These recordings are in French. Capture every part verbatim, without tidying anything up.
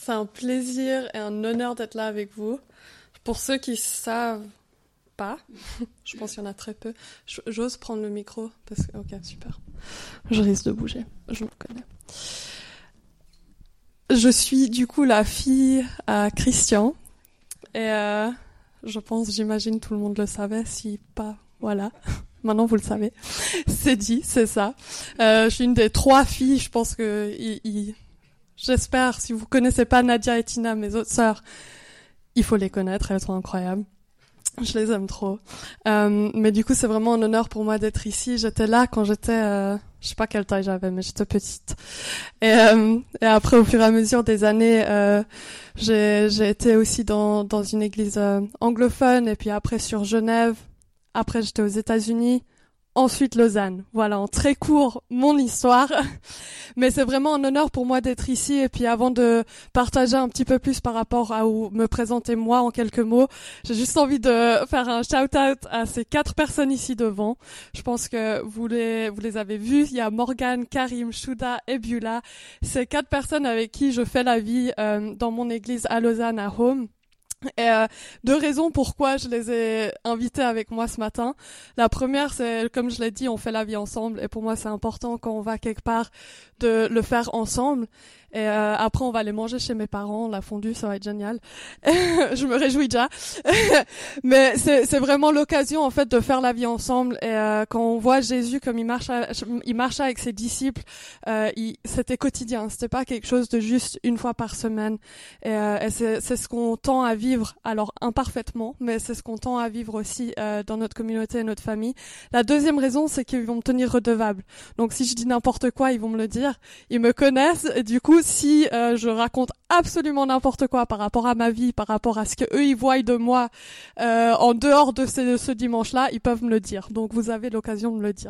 C'est un plaisir et un honneur d'être là avec vous. Pour ceux qui savent pas, je pense qu'il y en a très peu, j'ose prendre le micro parce que, ok, super. Je risque de bouger, je me connais. Je suis du coup la fille à Christian et euh, je pense, j'imagine tout le monde le savait, si pas, voilà. Maintenant, vous le savez. C'est dit, c'est ça. Euh, je suis une des trois filles, je pense que... Il, il... J'espère, si vous connaissez pas Nadia et Tina, mes autres sœurs, il faut les connaître, elles sont incroyables. Je les aime trop. Euh, mais du coup, c'est vraiment un honneur pour moi d'être ici. J'étais là quand j'étais... Euh, je sais pas quelle taille j'avais, mais j'étais petite. Et, euh, et après, au fur et à mesure des années, euh, j'ai, j'ai été aussi dans, dans une église euh, anglophone, et puis après sur Genève. Après, j'étais aux États-Unis. Ensuite, Lausanne. Voilà, en très court, mon histoire. Mais c'est vraiment un honneur pour moi d'être ici. Et puis, avant de partager un petit peu plus par rapport à où me présenter moi en quelques mots, j'ai juste envie de faire un shout-out à ces quatre personnes ici devant. Je pense que vous les, vous les avez vues. Il y a Morgane, Karim, Shuda et Beulah. Ces quatre personnes avec qui je fais la vie euh, dans mon église à Lausanne, à Home. Et euh, deux raisons pourquoi je les ai invités avec moi ce matin. La première, c'est, comme je l'ai dit, on fait la vie ensemble. Et pour moi, c'est important quand on va quelque part de le faire ensemble. Et euh, après, on va aller manger chez mes parents, la fondue, ça va être génial. Je me réjouis déjà. Mais c'est, c'est vraiment l'occasion, en fait, de faire la vie ensemble. Et euh, quand on voit Jésus comme il marche, à, il marchait avec ses disciples, euh, il, c'était quotidien. C'était pas quelque chose de juste une fois par semaine. Et, euh, et c'est, c'est ce qu'on tend à vivre, alors imparfaitement, mais c'est ce qu'on tend à vivre aussi euh, dans notre communauté et notre famille. La deuxième raison, c'est qu'ils vont me tenir redevable. Donc si je dis n'importe quoi, ils vont me le dire. Ils me connaissent, et du coup, si euh, je raconte absolument n'importe quoi par rapport à ma vie, par rapport à ce que eux ils voient de moi euh, en dehors de ce, ce dimanche-là, ils peuvent me le dire. Donc vous avez l'occasion de me le dire.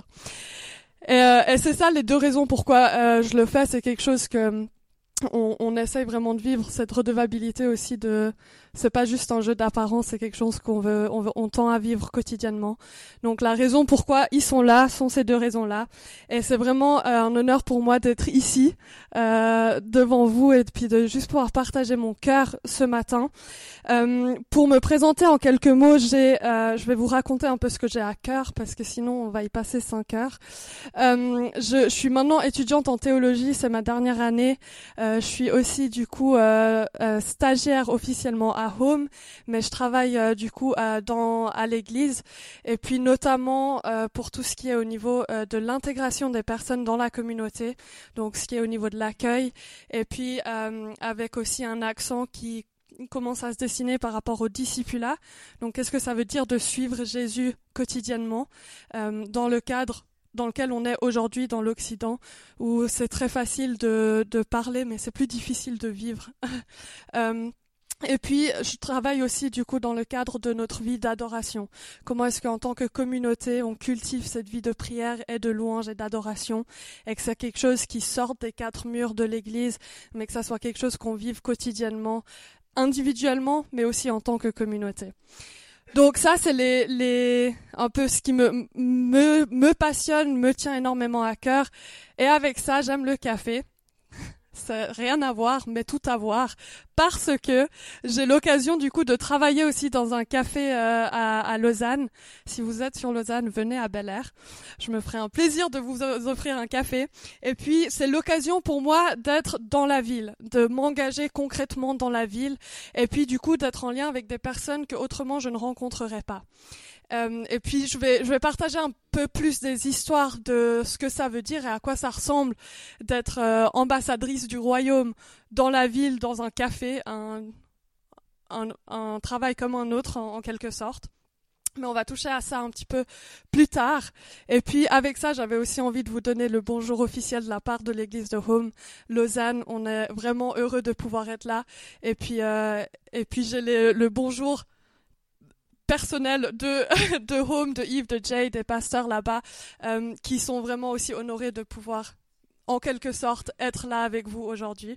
Et, euh, et c'est ça les deux raisons pourquoi euh, je le fais. C'est quelque chose que on, on essaye vraiment de vivre, cette redevabilité aussi de... C'est pas juste un jeu d'apparence, c'est quelque chose qu'on veut, on veut, on tend à vivre quotidiennement. Donc la raison pourquoi ils sont là sont ces deux raisons-là. Et c'est vraiment euh, un honneur pour moi d'être ici, euh, devant vous, et puis de juste pouvoir partager mon cœur ce matin. Euh, pour me présenter en quelques mots, j'ai, euh, je vais vous raconter un peu ce que j'ai à cœur, parce que sinon on va y passer cinq heures. Euh, je, je suis maintenant étudiante en théologie, c'est ma dernière année. Euh, je suis aussi du coup euh, euh, stagiaire officiellement à Home, mais je travaille euh, du coup euh, dans à l'église, et puis notamment euh, pour tout ce qui est au niveau euh, de l'intégration des personnes dans la communauté, donc ce qui est au niveau de l'accueil, et puis euh, avec aussi un accent qui commence à se dessiner par rapport au discipulat. Donc qu'est-ce que ça veut dire de suivre Jésus quotidiennement euh, dans le cadre dans lequel on est aujourd'hui dans l'Occident, où c'est très facile de, de parler, mais c'est plus difficile de vivre. euh, Et puis, je travaille aussi du coup dans le cadre de notre vie d'adoration. Comment est-ce qu'en tant que communauté, on cultive cette vie de prière et de louange et d'adoration, et que c'est quelque chose qui sorte des quatre murs de l'Église, mais que ça soit quelque chose qu'on vive quotidiennement, individuellement, mais aussi en tant que communauté. Donc ça, c'est les, les, un peu ce qui me, me, me passionne, me tient énormément à cœur. Et avec ça, j'aime le café. C'est rien à voir, mais tout à voir, parce que j'ai l'occasion du coup de travailler aussi dans un café euh, à, à Lausanne. Si vous êtes sur Lausanne, venez à Bel-Air. Je me ferai un plaisir de vous offrir un café. Et puis c'est l'occasion pour moi d'être dans la ville, de m'engager concrètement dans la ville, et puis du coup d'être en lien avec des personnes que autrement je ne rencontrerais pas. Euh, et puis je vais je vais partager un peu plus des histoires de ce que ça veut dire et à quoi ça ressemble d'être euh, ambassadrice du royaume dans la ville, dans un café, un un, un travail comme un autre en, en quelque sorte. Mais on va toucher à ça un petit peu plus tard. Et puis avec ça, j'avais aussi envie de vous donner le bonjour officiel de la part de l'église de Home Lausanne. On est vraiment heureux de pouvoir être là. Et puis euh, et puis j'ai les, le bonjour personnel de de Home, de Yves, de Jay, des pasteurs là-bas, euh, qui sont vraiment aussi honorés de pouvoir, en quelque sorte, être là avec vous aujourd'hui.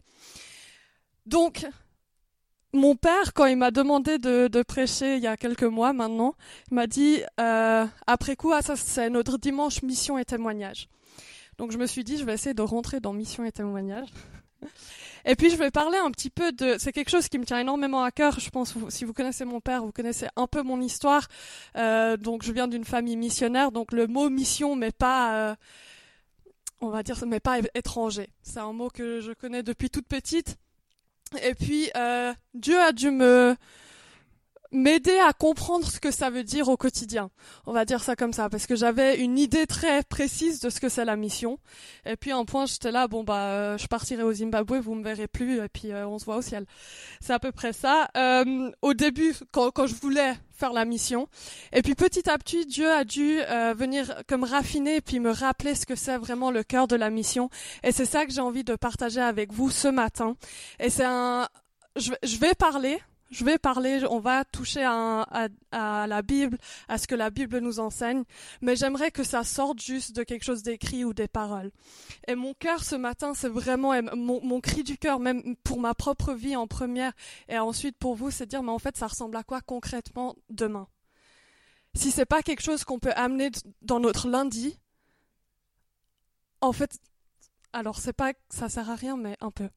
Donc, mon père, quand il m'a demandé de, de prêcher il y a quelques mois maintenant, il m'a dit, euh, après coup, ah, ça c'est notre dimanche mission et témoignage. Donc je me suis dit, je vais essayer de rentrer dans mission et témoignage. Et puis je vais parler un petit peu de, c'est quelque chose qui me tient énormément à cœur. Je pense, vous, si vous connaissez mon père, vous connaissez un peu mon histoire. Euh, donc je viens d'une famille missionnaire, donc le mot mission m'est pas, euh, on va dire, m'est pas étranger. C'est un mot que je connais depuis toute petite. Et puis euh, Dieu a dû me m'aider à comprendre ce que ça veut dire au quotidien. On va dire ça comme ça, parce que j'avais une idée très précise de ce que c'est la mission. Et puis, à un point, j'étais là, bon, bah, euh, je partirai au Zimbabwe, vous me verrez plus, et puis euh, on se voit au ciel. C'est à peu près ça. Euh, au début, quand, quand je voulais faire la mission. Et puis, petit à petit, Dieu a dû euh, venir comme raffiner, et puis me rappeler ce que c'est vraiment le cœur de la mission. Et c'est ça que j'ai envie de partager avec vous ce matin. Et c'est un... Je, je vais parler... Je vais parler, on va toucher à, à, à la Bible, à ce que la Bible nous enseigne, mais j'aimerais que ça sorte juste de quelque chose d'écrit ou des paroles. Et mon cœur ce matin, c'est vraiment mon, mon cri du cœur, même pour ma propre vie en première, et ensuite pour vous, c'est de dire, mais en fait, ça ressemble à quoi concrètement demain? Si c'est pas quelque chose qu'on peut amener dans notre lundi, en fait, alors c'est pas que ça sert à rien, mais un peu.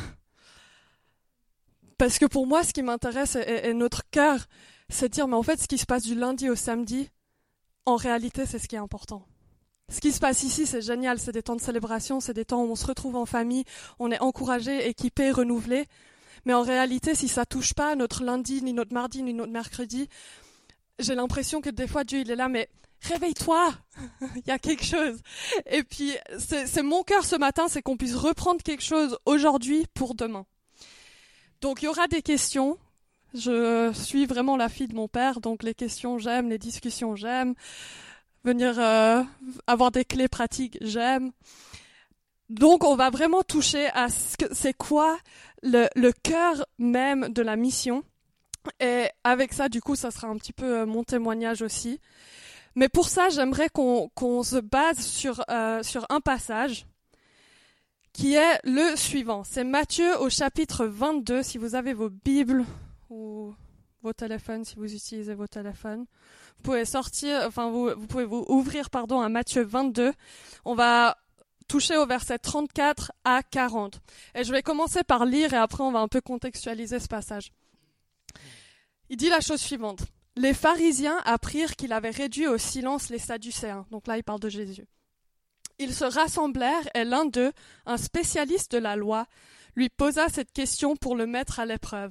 Parce que pour moi, ce qui m'intéresse et, et notre cœur, c'est de dire, mais en fait, ce qui se passe du lundi au samedi, en réalité, c'est ce qui est important. Ce qui se passe ici, c'est génial, c'est des temps de célébration, c'est des temps où on se retrouve en famille, on est encouragé, équipé, renouvelé. Mais en réalité, si ça touche pas notre lundi, ni notre mardi, ni notre mercredi, j'ai l'impression que des fois, Dieu, il est là, mais réveille-toi, il y a quelque chose. Et puis, c'est, c'est mon cœur ce matin, c'est qu'on puisse reprendre quelque chose aujourd'hui pour demain. Donc, il y aura des questions. Je suis vraiment la fille de mon père, donc les questions, j'aime, les discussions, j'aime. Venir euh, avoir des clés pratiques, j'aime. Donc, on va vraiment toucher à ce que c'est quoi le, le cœur même de la mission. Et avec ça, du coup, ça sera un petit peu euh, mon témoignage aussi. Mais pour ça, j'aimerais qu'on, qu'on se base sur, euh, sur un passage qui est le suivant. C'est Matthieu au chapitre vingt-deux, si vous avez vos Bibles ou vos téléphones, si vous utilisez vos téléphones. Vous pouvez sortir, enfin vous, vous pouvez vous ouvrir pardon, à Matthieu vingt-deux. On va toucher au verset trente-quatre à quarante. Et je vais commencer par lire et après on va un peu contextualiser ce passage. Il dit la chose suivante. Les pharisiens apprirent qu'il avait réduit au silence les sadducéens. Donc là, il parle de Jésus. Ils se rassemblèrent et l'un d'eux, un spécialiste de la loi, lui posa cette question pour le mettre à l'épreuve.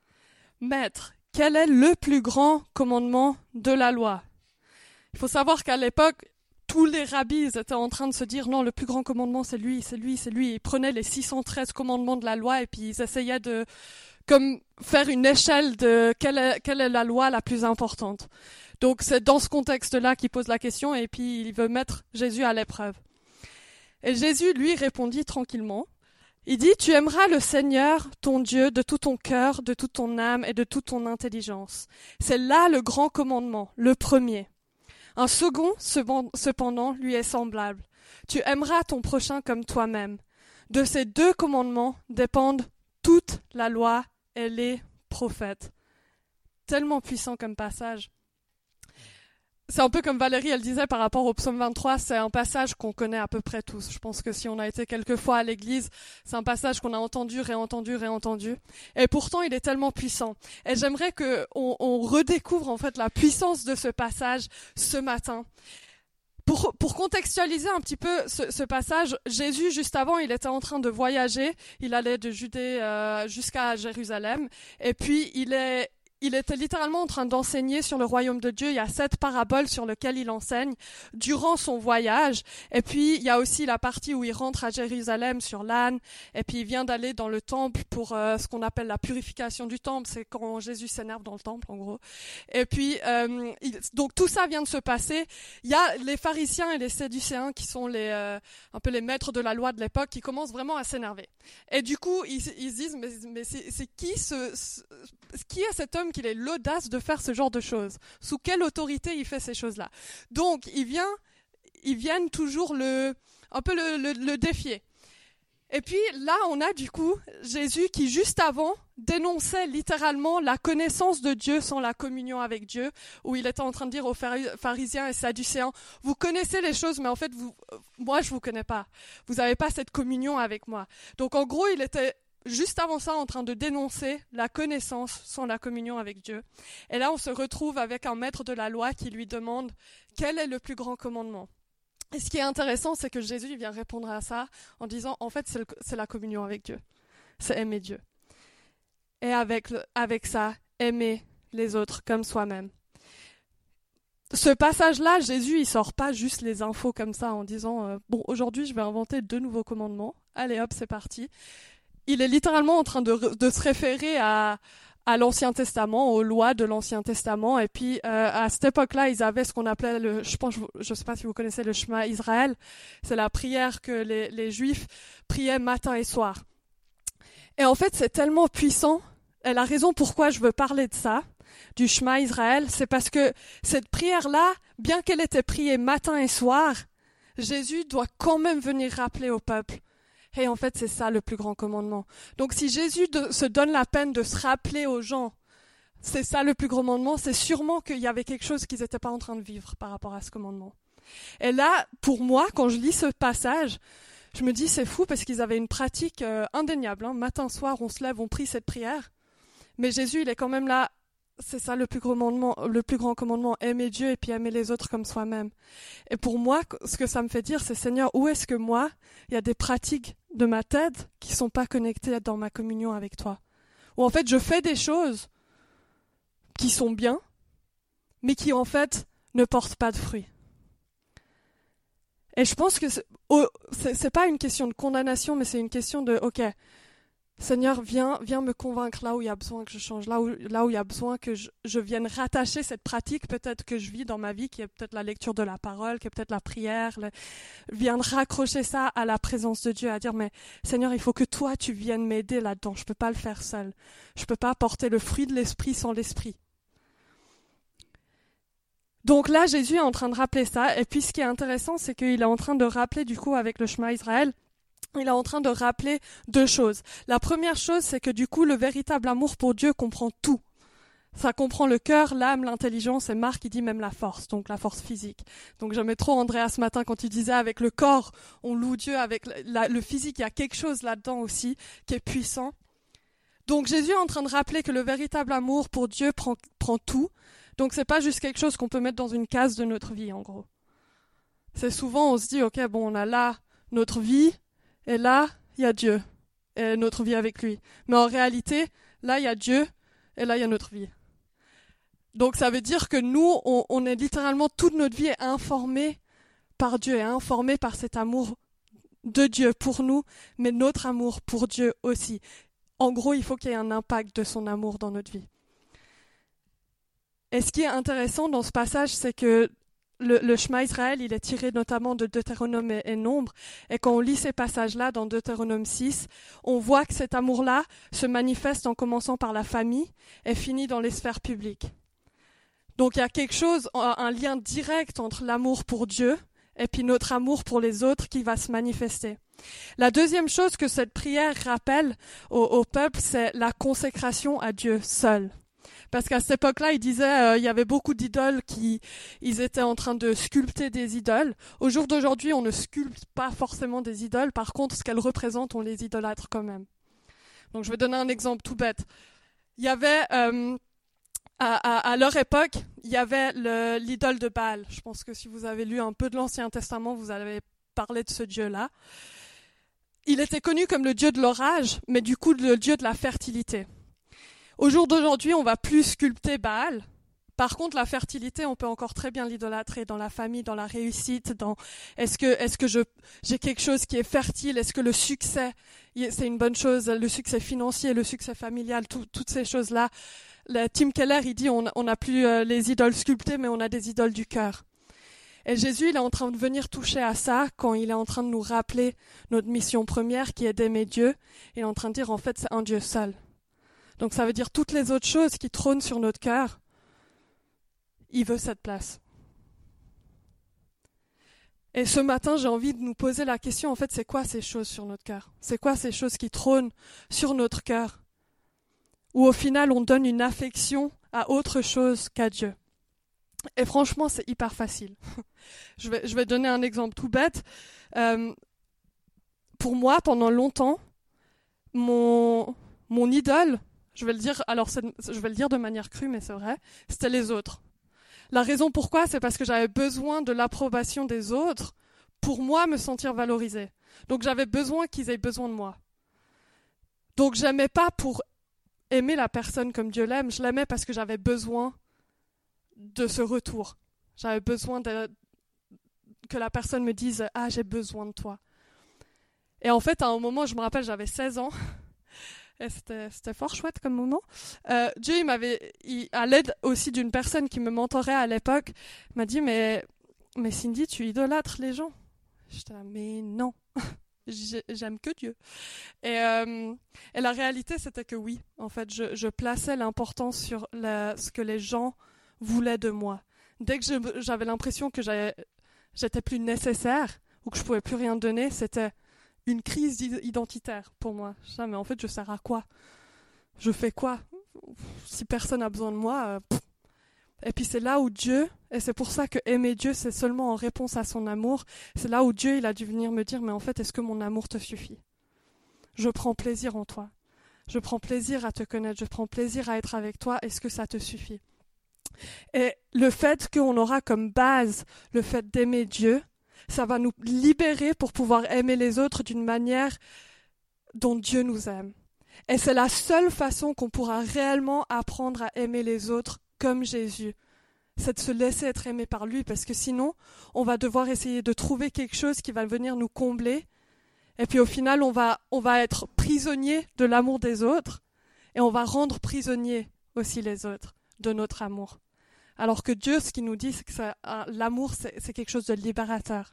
« Maître, quel est le plus grand commandement de la loi ?» Il faut savoir qu'à l'époque, tous les rabbis étaient en train de se dire « Non, le plus grand commandement, c'est lui, c'est lui, c'est lui. » Ils prenaient les six cent treize commandements de la loi et puis ils essayaient de comme, faire une échelle de quelle est, quelle est la loi la plus importante. Donc c'est dans ce contexte-là qu'il pose la question et puis il veut mettre Jésus à l'épreuve. Et Jésus, lui, répondit tranquillement. Il dit, tu aimeras le Seigneur, ton Dieu, de tout ton cœur, de toute ton âme et de toute ton intelligence. C'est là le grand commandement, le premier. Un second, cependant, lui est semblable. Tu aimeras ton prochain comme toi-même. De ces deux commandements dépendent toute la loi et les prophètes. Tellement puissant comme passage. C'est un peu comme Valérie, elle disait par rapport au psaume vingt-trois, c'est un passage qu'on connaît à peu près tous. Je pense que si on a été quelques fois à l'église, c'est un passage qu'on a entendu, réentendu, réentendu. Et pourtant, il est tellement puissant. Et j'aimerais qu'on on redécouvre en fait la puissance de ce passage ce matin. Pour, pour contextualiser un petit peu ce, ce passage, Jésus, juste avant, il était en train de voyager. Il allait de Judée euh, jusqu'à Jérusalem. Et puis, il est... Il était littéralement en train d'enseigner sur le royaume de Dieu. Il y a sept paraboles sur lesquelles il enseigne durant son voyage. Et puis, il y a aussi la partie où il rentre à Jérusalem sur l'âne. Et puis, il vient d'aller dans le temple pour euh, ce qu'on appelle la purification du temple. C'est quand Jésus s'énerve dans le temple, en gros. Et puis, euh, il, donc tout ça vient de se passer. Il y a les pharisiens et les sadducéens qui sont les, euh, un peu les maîtres de la loi de l'époque qui commencent vraiment à s'énerver. Et du coup, ils, ils se disent, mais, mais c'est, c'est qui ce, ce, qui est cet homme qu'il ait l'audace de faire ce genre de choses? Sous quelle autorité il fait ces choses-là? Donc, il vient, ils viennent toujours le, un peu le, le, le défier. Et puis là, on a du coup Jésus qui, juste avant, dénonçait littéralement la connaissance de Dieu sans la communion avec Dieu, où il était en train de dire aux pharisiens et sadducéens, vous connaissez les choses, mais en fait, vous, moi, je vous connais pas. Vous n'avez pas cette communion avec moi. Donc, en gros, il était juste avant ça en train de dénoncer la connaissance sans la communion avec Dieu. Et là, on se retrouve avec un maître de la loi qui lui demande quel est le plus grand commandement. Et ce qui est intéressant, c'est que Jésus vient répondre à ça en disant, en fait, c'est, le, c'est la communion avec Dieu. C'est aimer Dieu. Et avec, le, avec ça, aimer les autres comme soi-même. Ce passage-là, Jésus, il sort pas juste les infos comme ça en disant euh, « Bon, aujourd'hui, je vais inventer deux nouveaux commandements. Allez hop, c'est parti. » Il est littéralement en train de, de se référer à, à l'Ancien Testament, aux lois de l'Ancien Testament. Et puis, euh, à cette époque-là, ils avaient ce qu'on appelait, le, je pense, je sais pas si vous connaissez le Shema Israël. C'est la prière que les, les Juifs priaient matin et soir. Et en fait, c'est tellement puissant. Et la raison pourquoi je veux parler de ça, du Shema Israël, c'est parce que cette prière-là, bien qu'elle était priée matin et soir, Jésus doit quand même venir rappeler au peuple. Et en fait, c'est ça le plus grand commandement. Donc si Jésus de, se donne la peine de se rappeler aux gens, c'est ça le plus grand commandement, c'est sûrement qu'il y avait quelque chose qu'ils n'étaient pas en train de vivre par rapport à ce commandement. Et là, pour moi, quand je lis ce passage, je me dis c'est fou parce qu'ils avaient une pratique euh, indéniable. Hein. Matin, soir, on se lève, on prie cette prière. Mais Jésus, il est quand même là. C'est ça le plus grand commandement, le plus grand commandement, aimer Dieu et puis aimer les autres comme soi-même. Et pour moi, ce que ça me fait dire, c'est Seigneur, où est-ce que moi, il y a des pratiques de ma tête qui sont pas connectées dans ma communion avec toi? Ou en fait, je fais des choses qui sont bien, mais qui en fait ne portent pas de fruits. Et je pense que c'est, oh, c'est, c'est pas une question de condamnation, mais c'est une question de, ok, Seigneur, viens, viens me convaincre là où il y a besoin que je change, là où, là où il y a besoin que je, je vienne rattacher cette pratique peut-être que je vis dans ma vie, qui est peut-être la lecture de la parole, qui est peut-être la prière, le, viens raccrocher ça à la présence de Dieu, à dire, mais Seigneur, il faut que toi, tu viennes m'aider là-dedans, je peux pas le faire seul. Je peux pas porter le fruit de l'esprit sans l'esprit. Donc là, Jésus est en train de rappeler ça, et puis ce qui est intéressant, c'est qu'il est en train de rappeler, du coup, avec le Shema Israël, il est en train de rappeler deux choses. La première chose, c'est que du coup, le véritable amour pour Dieu comprend tout. Ça comprend le cœur, l'âme, l'intelligence, et Marc, il dit même la force, donc la force physique. Donc j'aimais trop Andrea ce matin quand il disait avec le corps, on loue Dieu, avec la, le physique, il y a quelque chose là-dedans aussi qui est puissant. Donc Jésus est en train de rappeler que le véritable amour pour Dieu prend, prend tout. Donc c'est pas juste quelque chose qu'on peut mettre dans une case de notre vie, en gros. C'est souvent, on se dit, ok, bon, on a là notre vie, et là, il y a Dieu, et notre vie avec lui. Mais en réalité, là, il y a Dieu, et là, il y a notre vie. Donc ça veut dire que nous, on, on est littéralement, toute notre vie est informée par Dieu, est informée par cet amour de Dieu pour nous, mais notre amour pour Dieu aussi. En gros, il faut qu'il y ait un impact de son amour dans notre vie. Et ce qui est intéressant dans ce passage, c'est que Le, le Shema Israël, il est tiré notamment de Deutéronome et, et Nombre. Et quand on lit ces passages-là dans Deutéronome six, on voit que cet amour-là se manifeste en commençant par la famille et finit dans les sphères publiques. Donc il y a quelque chose, un lien direct entre l'amour pour Dieu et puis notre amour pour les autres qui va se manifester. La deuxième chose que cette prière rappelle au, au peuple, c'est la consécration à Dieu seul. Parce qu'à cette époque-là, il disait, euh, il y avait beaucoup d'idoles qui, ils étaient en train de sculpter des idoles. Au jour d'aujourd'hui, on ne sculpte pas forcément des idoles. Par contre, ce qu'elles représentent, on les idolâtre quand même. Donc, je vais donner un exemple tout bête. Il y avait, euh, à, à, à leur époque, il y avait le, l'idole de Baal. Je pense que si vous avez lu un peu de l'Ancien Testament, vous avez parlé de ce dieu-là. Il était connu comme le dieu de l'orage, mais du coup, le dieu de la fertilité. Au jour d'aujourd'hui, on va plus sculpter Baal. Par contre, la fertilité, on peut encore très bien l'idolâtrer dans la famille, dans la réussite, dans est-ce que est-ce que je j'ai quelque chose qui est fertile, est-ce que le succès c'est une bonne chose, le succès financier, le succès familial, tout, toutes ces choses-là. Le, Tim Keller, il dit on on n'a plus euh, les idoles sculptées, mais on a des idoles du cœur. Et Jésus, il est en train de venir toucher à ça quand il est en train de nous rappeler notre mission première qui est d'aimer Dieu. Il est en train de dire en fait c'est un Dieu seul. Donc ça veut dire toutes les autres choses qui trônent sur notre cœur, il veut cette place. Et ce matin, j'ai envie de nous poser la question, en fait, c'est quoi ces choses sur notre cœur? C'est quoi ces choses qui trônent sur notre cœur? Où au final, on donne une affection à autre chose qu'à Dieu. Et franchement, c'est hyper facile. je vais, je vais donner un exemple tout bête. Euh, pour moi, pendant longtemps, mon, mon idole, je vais le dire, alors c'est, je vais le dire de manière crue, mais c'est vrai, c'était les autres. La raison pourquoi, c'est parce que j'avais besoin de l'approbation des autres pour moi me sentir valorisée. Donc j'avais besoin qu'ils aient besoin de moi. Donc j'aimais pas pour aimer la personne comme Dieu l'aime, je l'aimais parce que j'avais besoin de ce retour. J'avais besoin de, que la personne me dise « Ah, j'ai besoin de toi ». Et en fait, à un moment, je me rappelle, j'avais seize ans, et c'était, c'était fort chouette comme moment. Euh, Dieu, il m'avait, il, à l'aide aussi d'une personne qui me mentorait à l'époque, m'a dit « Mais, mais Cindy, tu idolâtres les gens ». J'étais là « Mais non ». J'aime que Dieu. Et, euh, et la réalité, c'était que oui, en fait, je, je plaçais l'importance sur la, ce que les gens voulaient de moi. Dès que je, j'avais l'impression que j'avais, j'étais plus nécessaire ou que je pouvais plus rien donner, c'était une crise identitaire pour moi. Je disais, mais en fait, je sers à quoi ? Je fais quoi ? Si personne n'a besoin de moi, euh, pff. Et puis c'est là où Dieu, et c'est pour ça que aimer Dieu, c'est seulement en réponse à son amour, c'est là où Dieu, il a dû venir me dire, mais en fait, est-ce que mon amour te suffit ? Je prends plaisir en toi. Je prends plaisir à te connaître. Je prends plaisir à être avec toi. Est-ce que ça te suffit ? Et le fait qu'on aura comme base le fait d'aimer Dieu, ça va nous libérer pour pouvoir aimer les autres d'une manière dont Dieu nous aime. Et c'est la seule façon qu'on pourra réellement apprendre à aimer les autres comme Jésus. C'est de se laisser être aimé par lui, parce que sinon, on va devoir essayer de trouver quelque chose qui va venir nous combler. Et puis au final, on va, on va être prisonnier de l'amour des autres, et on va rendre prisonniers aussi les autres de notre amour. Alors que Dieu, ce qu'il nous dit, c'est que ça, l'amour, c'est, c'est quelque chose de libérateur.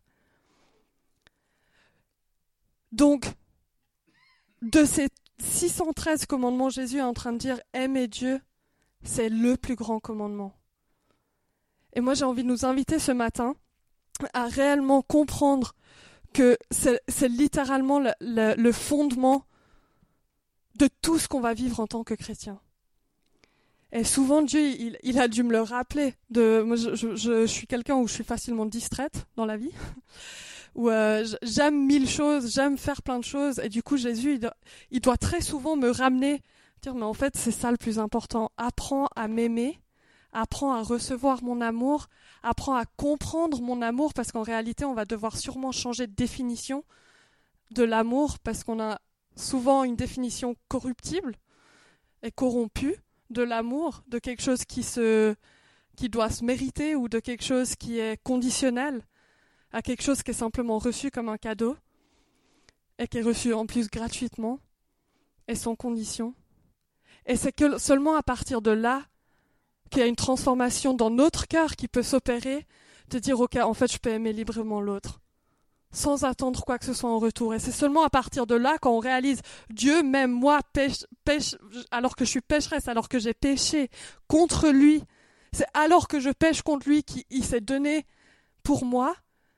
Donc, de ces six cent treize commandements, Jésus est en train de dire « Aimer Dieu », c'est le plus grand commandement. Et moi, j'ai envie de nous inviter ce matin à réellement comprendre que c'est, c'est littéralement le, le, le fondement de tout ce qu'on va vivre en tant que chrétien. Et souvent, Dieu, il, il a dû me le rappeler. De, moi, je, je, je suis quelqu'un où je suis facilement distraite dans la vie, où euh, j'aime mille choses, j'aime faire plein de choses. Et du coup, Jésus, il doit, il doit très souvent me ramener, dire, mais en fait, c'est ça le plus important. Apprends à m'aimer, apprends à recevoir mon amour, apprends à comprendre mon amour, parce qu'en réalité, on va devoir sûrement changer de définition de l'amour, parce qu'on a souvent une définition corruptible et corrompue de l'amour, de quelque chose qui se, qui doit se mériter, ou de quelque chose qui est conditionnel à quelque chose qui est simplement reçu comme un cadeau et qui est reçu en plus gratuitement et sans condition. Et c'est que seulement à partir de là qu'il y a une transformation dans notre cœur qui peut s'opérer, de dire ok, en fait je peux aimer librement l'autre sans attendre quoi que ce soit en retour. Et c'est seulement à partir de là, quand on réalise Dieu m'aime moi, pêche, pêche, alors que je suis pécheresse, alors que j'ai péché contre lui, c'est alors que je pêche contre lui qu'il s'est donné pour moi.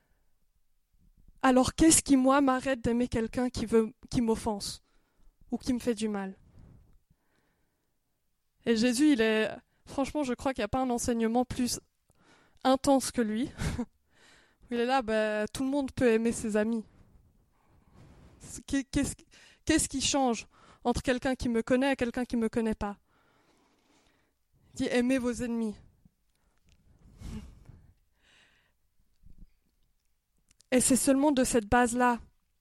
Alors qu'est-ce qui, moi, m'arrête d'aimer quelqu'un qui veut, qui m'offense ou qui me fait du mal ? Et Jésus, il est, franchement, je crois qu'il n'y a pas un enseignement plus intense que lui. Il est là, bah, tout le monde peut aimer ses amis. Qu'est-ce, qu'est-ce qui change entre quelqu'un qui me connaît et quelqu'un qui ne me connaît pas ? Il dit, aimez vos ennemis. Et c'est seulement de cette base-là,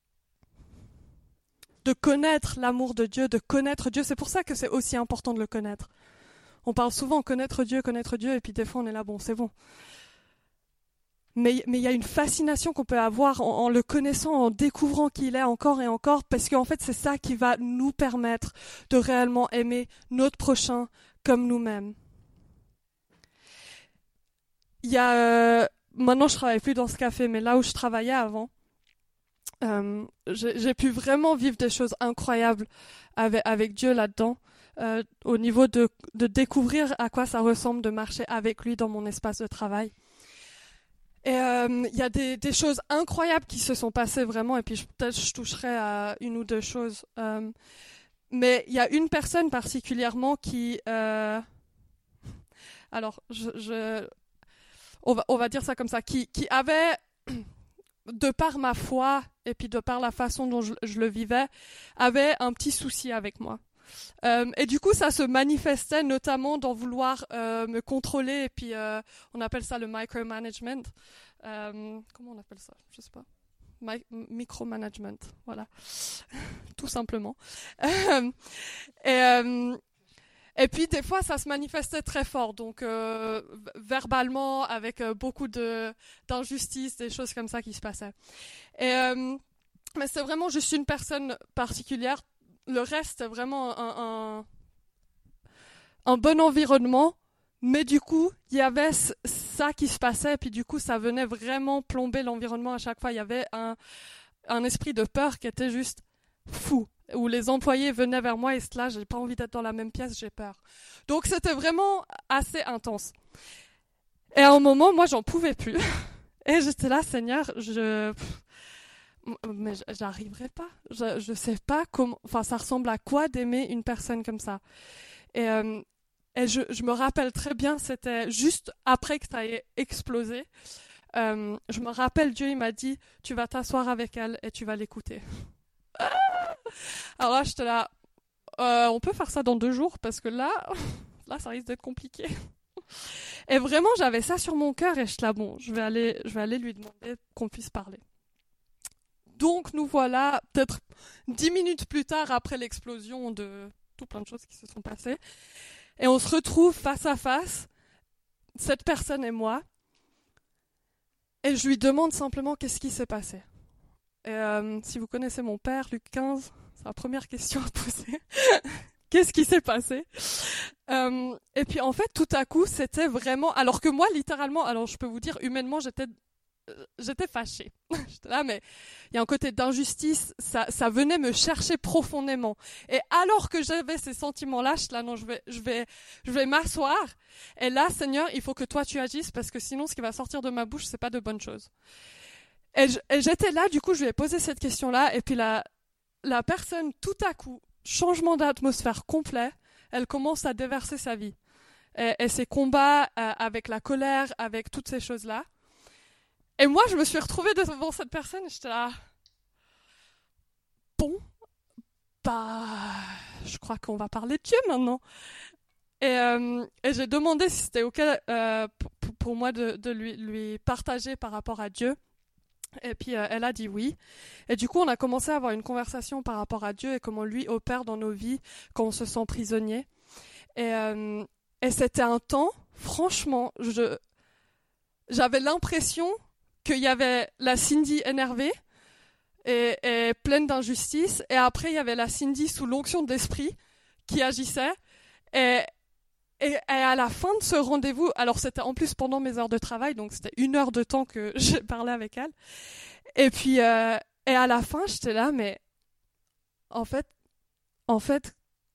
de connaître l'amour de Dieu, de connaître Dieu. C'est pour ça que c'est aussi important de le connaître. On parle souvent connaître Dieu, connaître Dieu, et puis des fois on est là, bon, c'est bon. Mais mais il y a une fascination qu'on peut avoir en, en le connaissant, en découvrant qui il est encore et encore, parce qu'en fait c'est ça qui va nous permettre de réellement aimer notre prochain comme nous-mêmes. Il y a euh, maintenant je travaille plus dans ce café, mais là où je travaillais avant, euh, j'ai, j'ai pu vraiment vivre des choses incroyables avec, avec Dieu là-dedans, euh, au niveau de, de découvrir à quoi ça ressemble de marcher avec lui dans mon espace de travail. Et il euh, y a des, des choses incroyables qui se sont passées vraiment, et puis je, peut-être je toucherai à une ou deux choses. Euh, mais il y a une personne particulièrement qui... Euh, alors, je, je, on, va, on va dire ça comme ça, qui, qui avait de par ma foi et puis de par la façon dont je, je le vivais, avait un petit souci avec moi. Euh, et du coup, ça se manifestait notamment dans vouloir euh, me contrôler, et puis euh, on appelle ça le micromanagement. Euh, comment on appelle ça? Je sais pas. Mi- micromanagement, voilà, tout simplement. Euh, et, euh, et puis des fois, ça se manifestait très fort, donc euh, verbalement, avec euh, beaucoup de d'injustice, des choses comme ça qui se passaient. Et euh, mais c'est vraiment juste une personne particulière. Le reste, c'est vraiment un, un, un bon environnement, mais du coup, il y avait ça qui se passait, et puis du coup, ça venait vraiment plomber l'environnement à chaque fois. Il y avait un, un esprit de peur qui était juste fou, où les employés venaient vers moi et c'était là, j'ai pas envie d'être dans la même pièce, j'ai peur. Donc c'était vraiment assez intense. Et à un moment, moi, j'en pouvais plus. Et j'étais là, Seigneur, je... mais j'arriverai pas. Je, je sais pas comment. Enfin, ça ressemble à quoi d'aimer une personne comme ça. Et, euh, et je, je me rappelle très bien, c'était juste après que ça ait explosé. Euh, je me rappelle, Dieu, il m'a dit, tu vas t'asseoir avec elle et tu vas l'écouter. Alors là, j'étais là, euh, on peut faire ça dans deux jours parce que là, là, ça risque d'être compliqué. Et vraiment, j'avais ça sur mon cœur et j'étais là, bon, je vais aller, je vais aller lui demander qu'on puisse parler. Donc nous voilà, peut-être dix minutes plus tard, après l'explosion de tout plein de choses qui se sont passées, et on se retrouve face à face, cette personne et moi, et je lui demande simplement qu'est-ce qui s'est passé. Et euh, si vous connaissez mon père, Luc quinze, c'est la première question à poser. Qu'est-ce qui s'est passé? euh, Et puis en fait, tout à coup, c'était vraiment... Alors que moi, littéralement, alors je peux vous dire, humainement, j'étais... J'étais fâchée. J'étais là, mais il y a un côté d'injustice, ça, ça venait me chercher profondément. Et alors que j'avais ces sentiments-là, je suis là, non, je vais, je vais, je vais m'asseoir. Et là, Seigneur, il faut que toi tu agisses parce que sinon, ce qui va sortir de ma bouche, c'est pas de bonnes choses. Et, je, et j'étais là, du coup, je lui ai posé cette question-là. Et puis la, la personne, tout à coup, changement d'atmosphère complet, elle commence à déverser sa vie. Et, et ses combats euh, avec la colère, avec toutes ces choses-là. Et moi, je me suis retrouvée devant cette personne et j'étais là, bon, bah, je crois qu'on va parler de Dieu maintenant. Et, euh, et j'ai demandé si c'était OK euh, pour, pour moi de, de lui, lui partager par rapport à Dieu. Et puis, euh, elle a dit oui. Et du coup, on a commencé à avoir une conversation par rapport à Dieu et comment lui opère dans nos vies quand on se sent prisonnier. Et, euh, et c'était un temps, franchement, je, j'avais l'impression qu'il y avait la Cindy énervée et, et pleine d'injustice, et après il y avait la Cindy sous l'onction de l'esprit qui agissait, et, et, et à la fin de ce rendez-vous, alors c'était en plus pendant mes heures de travail, donc c'était une heure de temps que j'ai parlé avec elle, et puis euh, et à la fin j'étais là, mais en fait, en fait,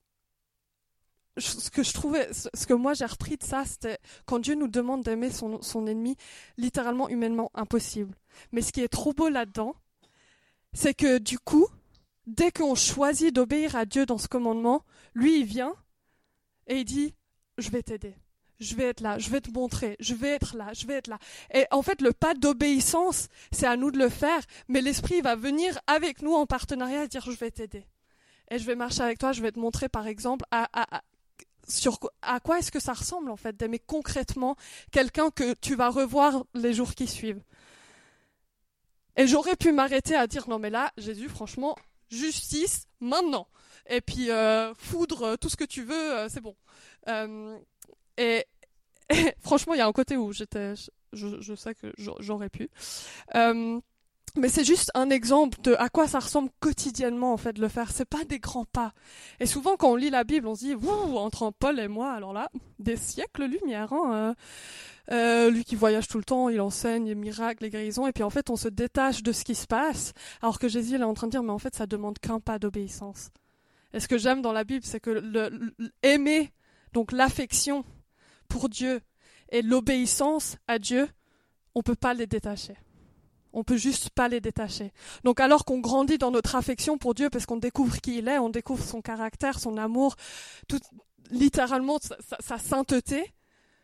ce que je trouvais, ce que moi j'ai repris de ça, c'était quand Dieu nous demande d'aimer son, son ennemi, littéralement, humainement, impossible. Mais ce qui est trop beau là-dedans, c'est que du coup, dès qu'on choisit d'obéir à Dieu dans ce commandement, lui il vient et il dit, je vais t'aider, je vais être là, je vais te montrer, je vais être là, je vais être là. Et en fait, le pas d'obéissance, c'est à nous de le faire, mais l'Esprit va venir avec nous en partenariat et dire, je vais t'aider. Et je vais marcher avec toi, je vais te montrer par exemple à, à, à sur à quoi est-ce que ça ressemble en fait d'aimer concrètement quelqu'un que tu vas revoir les jours qui suivent. Et j'aurais pu m'arrêter à dire non mais là Jésus franchement justice maintenant et puis euh, foudre tout ce que tu veux euh, c'est bon. Euh, et, et franchement il y a un côté où j'étais je, je sais que j'aurais pu. Euh, Mais c'est juste un exemple de à quoi ça ressemble quotidiennement en fait de le faire. C'est pas des grands pas. Et souvent quand on lit la Bible, on se dit wouh, entre Paul et moi, alors là, des siècles-lumière. Hein, euh, euh, lui qui voyage tout le temps, il enseigne les miracles, les guérisons, et puis en fait on se détache de ce qui se passe, alors que Jésus il est en train de dire mais en fait ça demande qu'un pas d'obéissance. Et ce que j'aime dans la Bible, c'est que le, le aimer, donc l'affection pour Dieu et l'obéissance à Dieu, on peut pas les détacher. On peut juste pas les détacher. Donc alors qu'on grandit dans notre affection pour Dieu parce qu'on découvre qui il est, on découvre son caractère, son amour, tout, littéralement sa, sa, sa sainteté,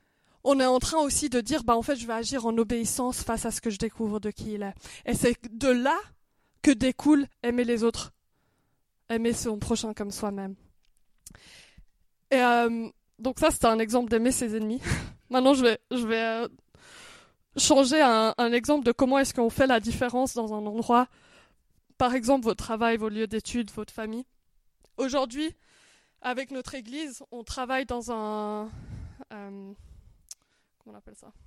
on est en train aussi de dire, bah en fait, je vais agir en obéissance face à ce que je découvre de qui il est. Et c'est de là que découle aimer les autres, aimer son prochain comme soi-même. Et euh, donc ça, c'était un exemple d'aimer ses ennemis. Maintenant, je vais, je vais euh, changer un, un exemple de comment est-ce qu'on fait la différence dans un endroit. Par exemple, votre travail, vos lieux d'études, votre famille. Aujourd'hui, avec notre église, on travaille dans un... Euh, comment on appelle ça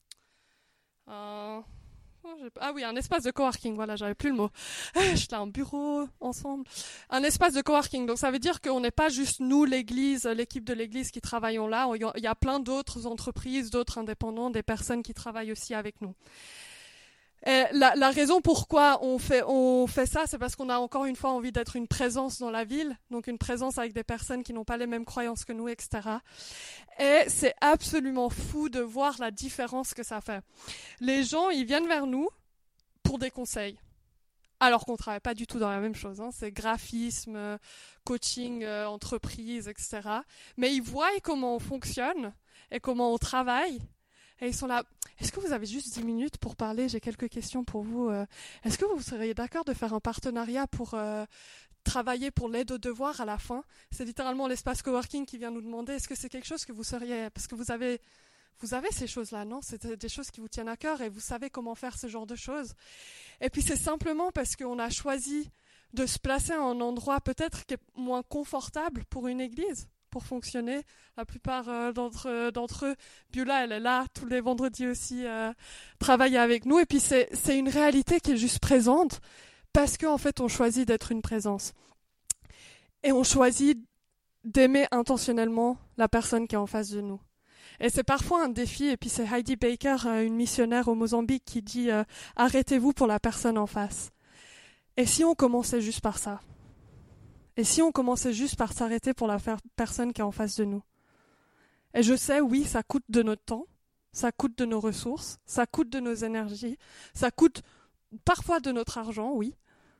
un, oh, Ah oui, un espace de coworking, voilà, j'avais plus le mot. J'étais en bureau, ensemble. Un espace de coworking, donc ça veut dire qu'on n'est pas juste nous, l'église, l'équipe de l'église qui travaillons là. Il y a plein d'autres entreprises, d'autres indépendants, des personnes qui travaillent aussi avec nous. Et la, la raison pourquoi on fait, on fait ça, c'est parce qu'on a encore une fois envie d'être une présence dans la ville, donc une présence avec des personnes qui n'ont pas les mêmes croyances que nous, et cetera. Et c'est absolument fou de voir la différence que ça fait. Les gens, ils viennent vers nous pour des conseils, alors qu'on ne travaille pas du tout dans la même chose. Hein. C'est graphisme, coaching, euh, entreprise, et cetera. Mais ils voient comment on fonctionne et comment on travaille. Et ils sont là, est-ce que vous avez juste dix minutes pour parler? J'ai quelques questions pour vous. Est-ce que vous seriez d'accord de faire un partenariat pour euh, travailler pour l'aide aux devoirs à la fin? C'est littéralement l'espace coworking qui vient nous demander, est-ce que c'est quelque chose que vous seriez... Parce que vous avez, vous avez ces choses-là, non? C'est des choses qui vous tiennent à cœur et vous savez comment faire ce genre de choses. Et puis c'est simplement parce qu'on a choisi de se placer à un endroit peut-être qui est moins confortable pour une église, pour fonctionner. La plupart euh, d'entre, euh, d'entre eux, Beulah, elle est là tous les vendredis aussi, euh, travailler avec nous. Et puis c'est, c'est une réalité qui est juste présente parce qu'en fait, on choisit d'être une présence. Et on choisit d'aimer intentionnellement la personne qui est en face de nous. Et c'est parfois un défi. Et puis c'est Heidi Baker, euh, une missionnaire au Mozambique, qui dit euh, « Arrêtez-vous pour la personne en face ». Et si on commençait juste par ça? Et si on commençait juste par s'arrêter pour la faire, personne qui est en face de nous? Et je sais, oui, ça coûte de notre temps, ça coûte de nos ressources, ça coûte de nos énergies, ça coûte parfois de notre argent, oui.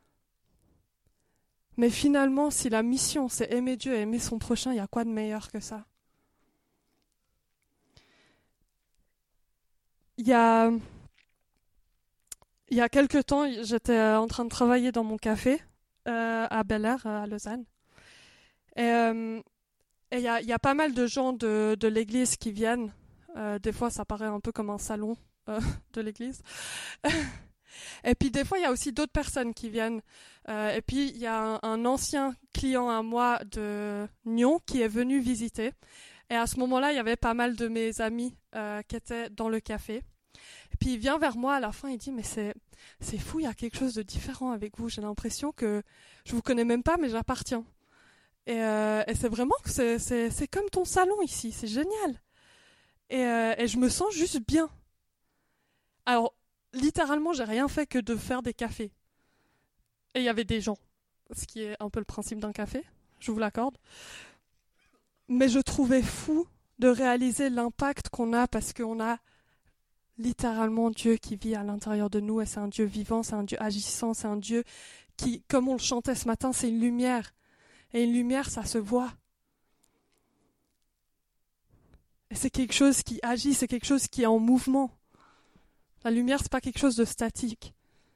Mais finalement, si la mission, c'est aimer Dieu et aimer son prochain, il y a quoi de meilleur que ça? Il y a, il y a quelque temps, j'étais en train de travailler dans mon café, Euh, à Bel Air, à Lausanne. Et euh, il y, y a pas mal de gens de, de l'église qui viennent. Euh, des fois, ça paraît un peu comme un salon euh, de l'église. Et puis, des fois, il y a aussi d'autres personnes qui viennent. Euh, et puis, il y a un, un ancien client à moi de Nyon qui est venu visiter. Et à ce moment-là, il y avait pas mal de mes amis euh, qui étaient dans le café. Et puis il vient vers moi à la fin, il dit mais c'est c'est fou, il y a quelque chose de différent avec vous. J'ai l'impression que je vous connais même pas, mais j'appartiens. Et, euh, et c'est vraiment que c'est c'est c'est comme ton salon ici, c'est génial. Et euh, et je me sens juste bien. Alors littéralement, j'ai rien fait que de faire des cafés. Et il y avait des gens, ce qui est un peu le principe d'un café, je vous l'accorde. Mais je trouvais fou de réaliser l'impact qu'on a parce qu'on a littéralement Dieu qui vit à l'intérieur de nous et c'est un Dieu vivant, c'est un Dieu agissant, c'est un Dieu qui, comme on le chantait ce matin, c'est une lumière. Et une lumière, ça se voit. Et c'est quelque chose qui agit, c'est quelque chose qui est en mouvement. La lumière, c'est pas quelque chose de statique.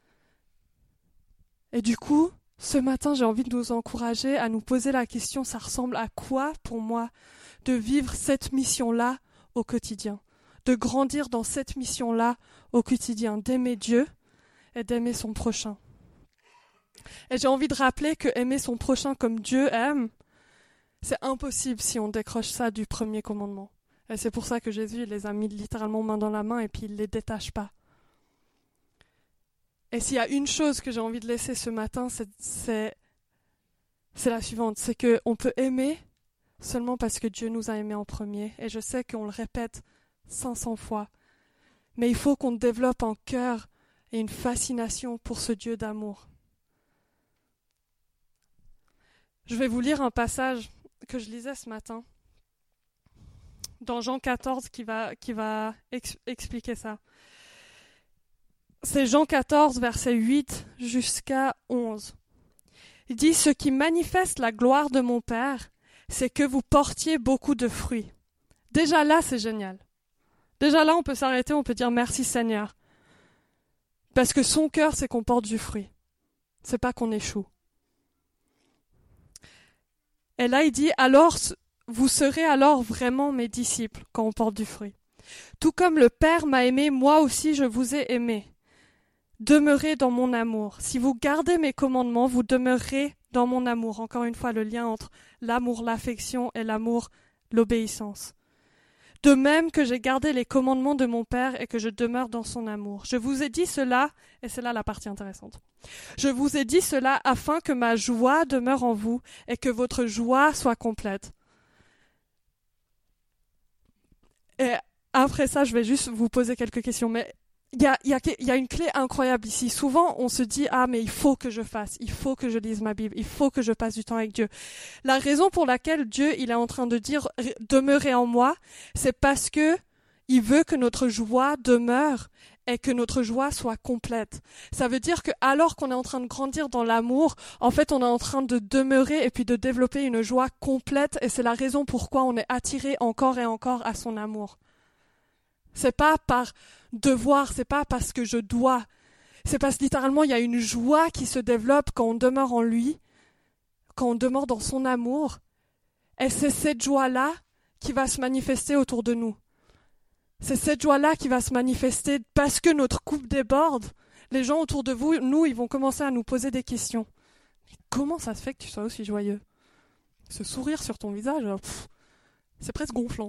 Et du coup, ce matin, j'ai envie de nous encourager à nous poser la question, ça ressemble à quoi pour moi de vivre cette mission-là au quotidien? De grandir dans cette mission-là au quotidien, d'aimer Dieu et d'aimer son prochain. Et j'ai envie de rappeler que aimer son prochain comme Dieu aime, c'est impossible si on décroche ça du premier commandement. Et c'est pour ça que Jésus il les a mis littéralement main dans la main et puis il ne les détache pas. Et s'il y a une chose que j'ai envie de laisser ce matin, c'est, c'est, c'est la suivante, c'est qu'on peut aimer seulement parce que Dieu nous a aimés en premier. Et je sais qu'on le répète cinq cents fois. Mais il faut qu'on développe un cœur et une fascination pour ce Dieu d'amour. Je vais vous lire un passage que je lisais ce matin dans Jean quatorze qui va, qui va ex- expliquer ça. C'est Jean quatorze, versets huit jusqu'à onze. Il dit « Ce qui manifeste la gloire de mon Père, c'est que vous portiez beaucoup de fruits. » Déjà là, c'est génial. Déjà là, on peut s'arrêter, on peut dire merci Seigneur. Parce que son cœur, c'est qu'on porte du fruit. C'est pas qu'on échoue. Et là, il dit, alors, vous serez alors vraiment mes disciples quand on porte du fruit. Tout comme le Père m'a aimé, moi aussi je vous ai aimé. Demeurez dans mon amour. Si vous gardez mes commandements, vous demeurerez dans mon amour. Encore une fois, le lien entre l'amour, l'affection et l'amour, l'obéissance. De même que j'ai gardé les commandements de mon Père et que je demeure dans son amour. Je vous ai dit cela, et c'est là la partie intéressante. Je vous ai dit cela afin que ma joie demeure en vous et que votre joie soit complète. Et après ça, je vais juste vous poser quelques questions, mais il y a, y a, y a une clé incroyable ici. Souvent, on se dit « Ah, mais il faut que je fasse, il faut que je lise ma Bible, il faut que je passe du temps avec Dieu. » La raison pour laquelle Dieu il est en train de dire « Demeurez en moi », c'est parce que il veut que notre joie demeure et que notre joie soit complète. Ça veut dire que alors qu'on est en train de grandir dans l'amour, en fait, on est en train de demeurer et puis de développer une joie complète, et c'est la raison pourquoi on est attiré encore et encore à son amour. C'est pas par devoir, c'est pas parce que je dois. C'est parce que littéralement, il y a une joie qui se développe quand on demeure en lui, quand on demeure dans son amour. Et c'est cette joie-là qui va se manifester autour de nous. C'est cette joie-là qui va se manifester parce que notre coupe déborde. Les gens autour de vous, nous, ils vont commencer à nous poser des questions. Comment ça se fait que tu sois aussi joyeux ? Ce sourire sur ton visage, pff, c'est presque gonflant.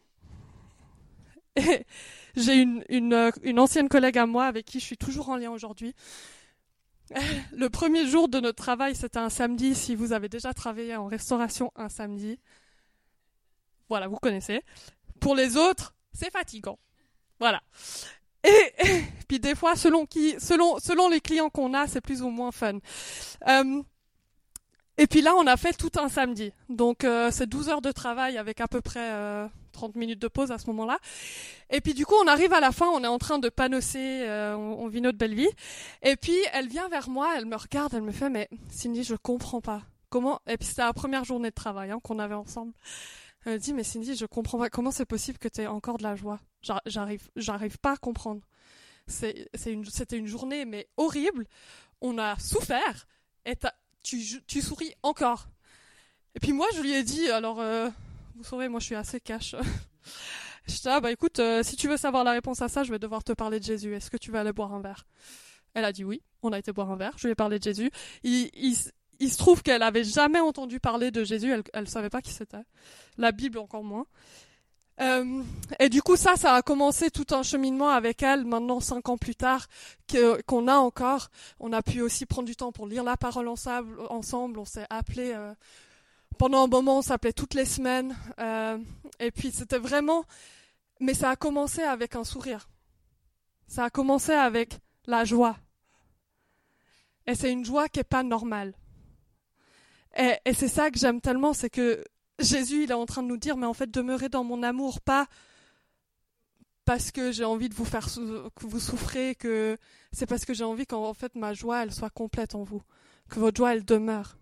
Et j'ai une, une, une ancienne collègue à moi avec qui je suis toujours en lien aujourd'hui. Le premier jour de notre travail, c'était un samedi. Si vous avez déjà travaillé en restauration un samedi, voilà, vous connaissez. Pour les autres, c'est fatigant. Voilà. Et, et puis des fois, selon qui, selon, selon les clients qu'on a, c'est plus ou moins fun. Euh, et puis là, on a fait tout un samedi. Donc, euh, c'est douze heures de travail avec à peu près euh, trente minutes de pause à ce moment-là. Et puis du coup, on arrive à la fin, on est en train de panosser, euh, on, on vit notre belle vie. Et puis, elle vient vers moi, elle me regarde, elle me fait « Mais Cindy, je comprends pas. Comment ?» Et puis c'était la première journée de travail hein, qu'on avait ensemble. Elle me dit « Mais Cindy, je comprends pas. Comment c'est possible que tu aies encore de la joie ? J'arrive, j'arrive pas à comprendre. C'est, c'est une, c'était une journée mais horrible. On a souffert et tu, tu souris encore. » Et puis moi, je lui ai dit « Alors, euh, vous saurez, moi je suis assez cash. » Je dis, ah bah écoute, euh, si tu veux savoir la réponse à ça, je vais devoir te parler de Jésus. Est-ce que tu vas aller boire un verre ? Elle a dit oui, on a été boire un verre, je lui ai parlé de Jésus. Il, il, il se trouve qu'elle avait jamais entendu parler de Jésus, elle, elle savait pas qui c'était. La Bible encore moins. Euh, et du coup ça, ça a commencé tout un cheminement avec elle, maintenant cinq ans plus tard, que, qu'on a encore. On a pu aussi prendre du temps pour lire la parole ensemble, ensemble. On s'est appelé... Euh, Pendant un moment, on s'appelait toutes les semaines. Euh, et puis, c'était vraiment... Mais ça a commencé avec un sourire. Ça a commencé avec la joie. Et c'est une joie qui n'est pas normale. Et, et c'est ça que j'aime tellement, c'est que Jésus, il est en train de nous dire, mais en fait, demeurez dans mon amour, pas parce que j'ai envie de vous faire sou- que vous souffrez, que c'est parce que j'ai envie qu'en fait, ma joie, elle soit complète en vous. Que votre joie, elle demeure.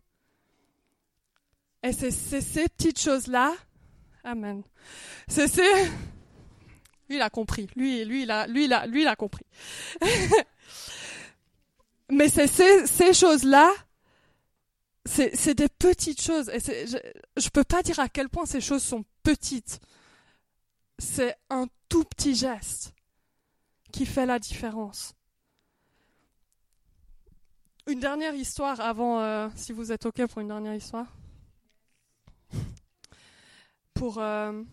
Et c'est, c'est ces petites choses-là, amen. C'est c'est, lui il a compris, lui lui il a lui il a lui il a compris. Mais c'est ces ces choses-là, c'est c'est des petites choses. Et c'est, je je peux pas dire à quel point ces choses sont petites. C'est un tout petit geste qui fait la différence. Une dernière histoire avant, euh, si vous êtes ok pour une dernière histoire. Pour, euh...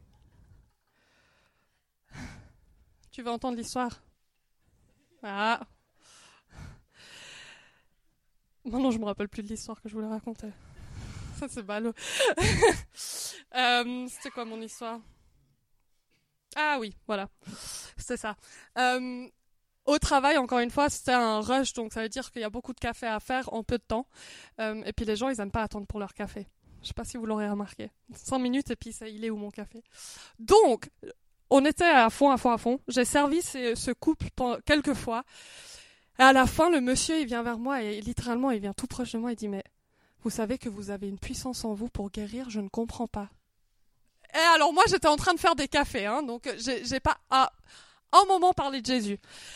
tu veux entendre l'histoire ? Ah. Maintenant, je me rappelle plus de l'histoire que je voulais raconter. Ça, c'est ballot. euh, c'était quoi mon histoire ? Ah oui, voilà. C'était ça. Euh, au travail, encore une fois, c'était un rush, donc ça veut dire qu'il y a beaucoup de café à faire en peu de temps. Euh, et puis les gens, ils n'aiment pas attendre pour leur café. Je ne sais pas si vous l'aurez remarqué. Cinq minutes et puis ça, il est où mon café ? Donc, on était à fond, à fond, à fond. J'ai servi ce, ce couple pendant quelques fois. Et à la fin, le monsieur, il vient vers moi et littéralement, il vient tout proche de moi. Il dit, mais vous savez que vous avez une puissance en vous pour guérir ? Je ne comprends pas. Et alors moi j'étais en train de faire des cafés, hein, donc j'ai, j'ai pas à un moment parlé de Jésus.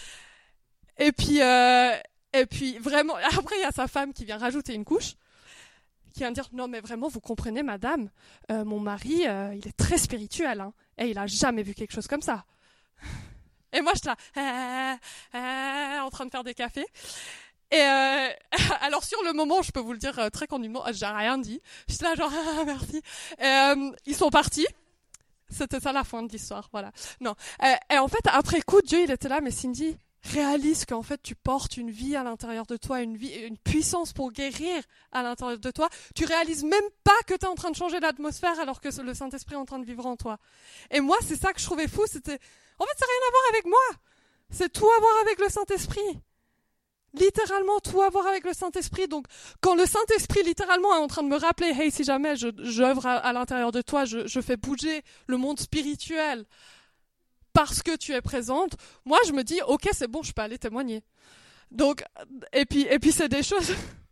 Et puis, euh, et puis vraiment, après il y a sa femme qui vient rajouter une couche, qui vient dire non mais vraiment vous comprenez madame, euh, mon mari euh, il est très spirituel, hein, et il a jamais vu quelque chose comme ça. Et moi j'étais là, euh, euh, en train de faire des cafés. Et euh, alors sur le moment, je peux vous le dire euh, très candidement, j'ai rien dit. J'étais là genre ah, merci. Et, euh, ils sont partis. C'était ça la fin de l'histoire, voilà. Non. Et, et en fait, après coup, Dieu il était là, mais Cindy, réalise qu'en fait tu portes une vie à l'intérieur de toi, une vie, une puissance pour guérir à l'intérieur de toi. Tu réalises même pas que tu es en train de changer l'atmosphère alors que le Saint-Esprit est en train de vivre en toi. Et moi, c'est ça que je trouvais fou, c'était en fait, ça n'a rien à voir avec moi. C'est tout à voir avec le Saint-Esprit. Littéralement tout à voir avec le Saint-Esprit. Donc, quand le Saint-Esprit littéralement est en train de me rappeler, hey, si jamais je, j'œuvre à, à l'intérieur de toi, je, je fais bouger le monde spirituel parce que tu es présente, moi je me dis, ok, c'est bon, je peux aller témoigner. Donc, et puis, et puis c'est des choses,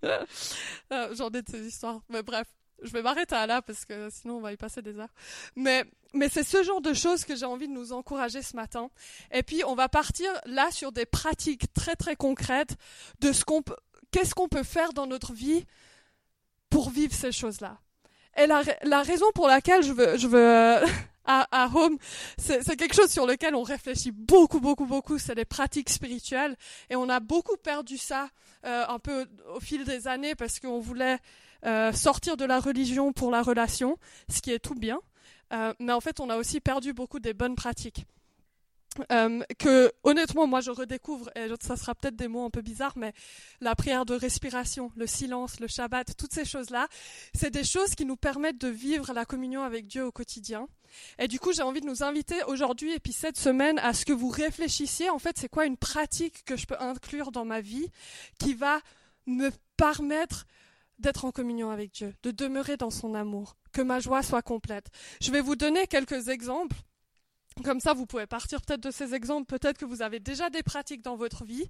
j'en ai de ces histoires, mais bref. Je vais m'arrêter à là parce que sinon on va y passer des heures. Mais, mais c'est ce genre de choses que j'ai envie de nous encourager ce matin. Et puis on va partir là sur des pratiques très très concrètes de ce qu'on peut, qu'est-ce qu'on peut faire dans notre vie pour vivre ces choses-là. Et la, la raison pour laquelle je veux, je veux euh, à, à Home, c'est, c'est quelque chose sur lequel on réfléchit beaucoup beaucoup beaucoup. C'est les pratiques spirituelles et on a beaucoup perdu ça euh, un peu au fil des années parce qu'on voulait Euh, sortir de la religion pour la relation, ce qui est tout bien, euh, mais en fait on a aussi perdu beaucoup des bonnes pratiques euh, que honnêtement moi je redécouvre, et ça sera peut-être des mots un peu bizarres, mais la prière de respiration, le silence, le Shabbat, toutes ces choses-là, c'est des choses qui nous permettent de vivre la communion avec Dieu au quotidien. Et du coup j'ai envie de nous inviter aujourd'hui et puis cette semaine à ce que vous réfléchissiez, en fait c'est quoi une pratique que je peux inclure dans ma vie qui va me permettre d'être en communion avec Dieu, de demeurer dans son amour, que ma joie soit complète. Je vais vous donner quelques exemples, comme ça vous pouvez partir peut-être de ces exemples, peut-être que vous avez déjà des pratiques dans votre vie,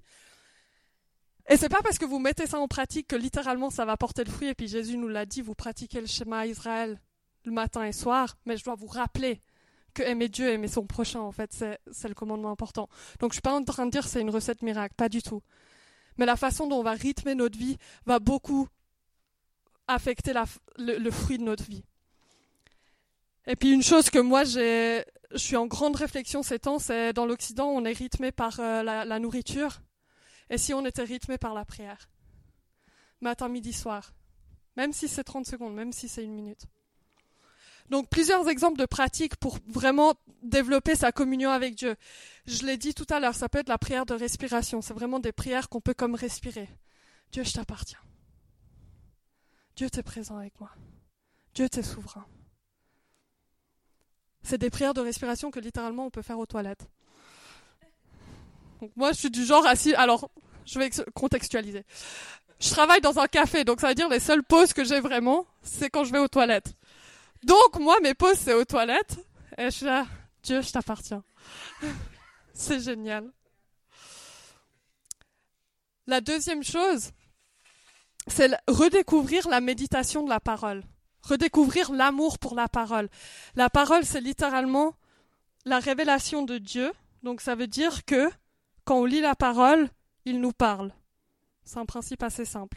et c'est pas parce que vous mettez ça en pratique que littéralement ça va porter le fruit, et puis Jésus nous l'a dit, vous pratiquez le schéma Israël le matin et soir, mais je dois vous rappeler que aimer Dieu, aimer son prochain, en fait, c'est, c'est le commandement important. Donc je suis pas en train de dire que c'est une recette miracle, pas du tout. Mais la façon dont on va rythmer notre vie va beaucoup affecter la, le, le fruit de notre vie. Et puis une chose que moi j'ai, je suis en grande réflexion ces temps, c'est dans l'Occident on est rythmé par euh, la, la nourriture, et si on était rythmé par la prière, matin, midi, soir, même si c'est trente secondes, même si c'est une minute. Donc plusieurs exemples de pratiques pour vraiment développer sa communion avec Dieu. Je l'ai dit tout à l'heure, ça peut être la prière de respiration, c'est vraiment des prières qu'on peut comme respirer. Dieu, je t'appartiens. Dieu t'est présent avec moi. Dieu t'est souverain. C'est des prières de respiration que littéralement on peut faire aux toilettes. Donc moi je suis du genre assis, alors je vais contextualiser. Je travaille dans un café, donc ça veut dire les seules pauses que j'ai vraiment, c'est quand je vais aux toilettes. Donc moi mes pauses c'est aux toilettes, et je suis là, Dieu je t'appartiens. C'est génial. La deuxième chose, c'est redécouvrir la méditation de la parole. Redécouvrir l'amour pour la parole. La parole, c'est littéralement la révélation de Dieu. Donc ça veut dire que quand on lit la parole, il nous parle. C'est un principe assez simple.